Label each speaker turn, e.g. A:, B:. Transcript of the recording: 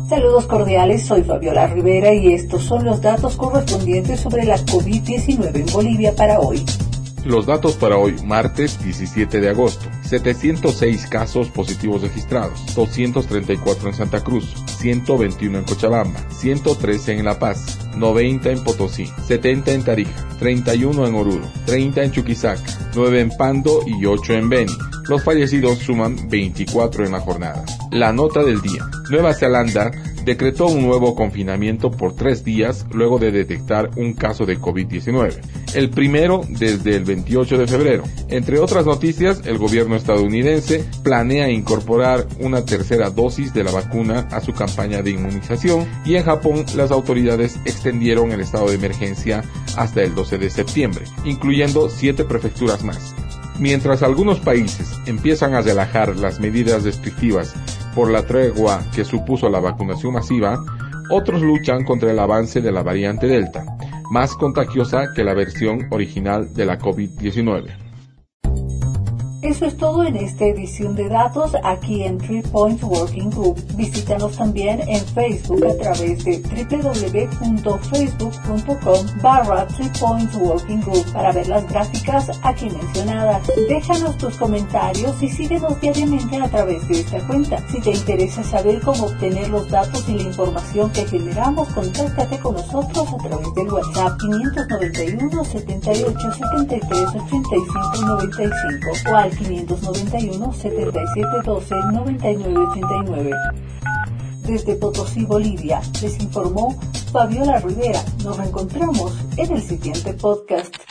A: Saludos cordiales, soy Fabiola Rivera y estos son los datos correspondientes sobre la COVID-19 en Bolivia para hoy.
B: Los datos para hoy, martes 17 de agosto. 706 casos positivos registrados, 234 en Santa Cruz, 121 en Cochabamba, 113 en La Paz, 90 en Potosí, 70 en Tarija, 31 en Oruro, 30 en Chuquisaca, 9 en Pando y 8 en Beni. Los fallecidos suman 24 en la jornada. La nota del día. Nueva Zelanda decretó un nuevo confinamiento por 3 días luego de detectar un caso de COVID-19. El primero desde el 28 de febrero. Entre otras noticias, el gobierno estadounidense planea incorporar una tercera dosis de la vacuna a su campaña de inmunización y en Japón las autoridades extendieron el estado de emergencia hasta el 12 de septiembre, incluyendo 7 prefecturas más. Mientras algunos países empiezan a relajar las medidas restrictivas por la tregua que supuso la vacunación masiva, otros luchan contra el avance de la variante Delta, más contagiosa que la versión original de la COVID-19.
A: Eso es todo en esta edición de datos aquí en 3 Points Working Group. Visítanos también en Facebook a través de www.facebook.com/3 Points Working Group para ver las gráficas aquí mencionadas. Déjanos tus comentarios y síguenos diariamente a través de esta cuenta. Si te interesa saber cómo obtener los datos y la información que generamos, contáctate con nosotros a través del WhatsApp 591 78 73 85 95 o al 591 77 12 99 89. Desde Potosí, Bolivia, les informó Fabiola Rivera. Nos reencontramos en el siguiente podcast.